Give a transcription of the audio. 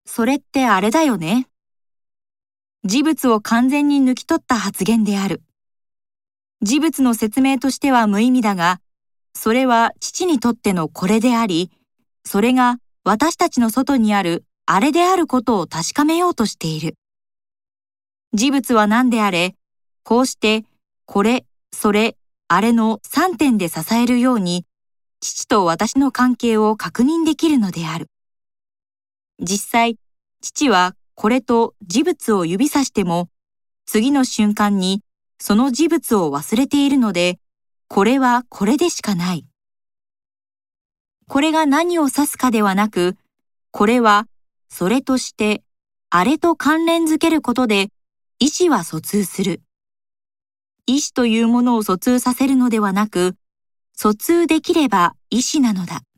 それってあれだよね。事物を完全に抜き取った発言である。事物の説明としては無意味だが、それは父にとってのこれであり、それが私たちの外にあるあれであることを確かめようとしている。事物は何であれ、こうしてこれ、それ、あれの3点で支えるように、父と私の関係を確認できるのである。実際、父はこれと事物を指さしても、次の瞬間にその事物を忘れているので、これはこれでしかない。これが何を指すかではなく、これはそれとしてあれと関連づけることで意思は疎通する。意思というものを疎通させるのではなく、疎通できれば意思なのだ。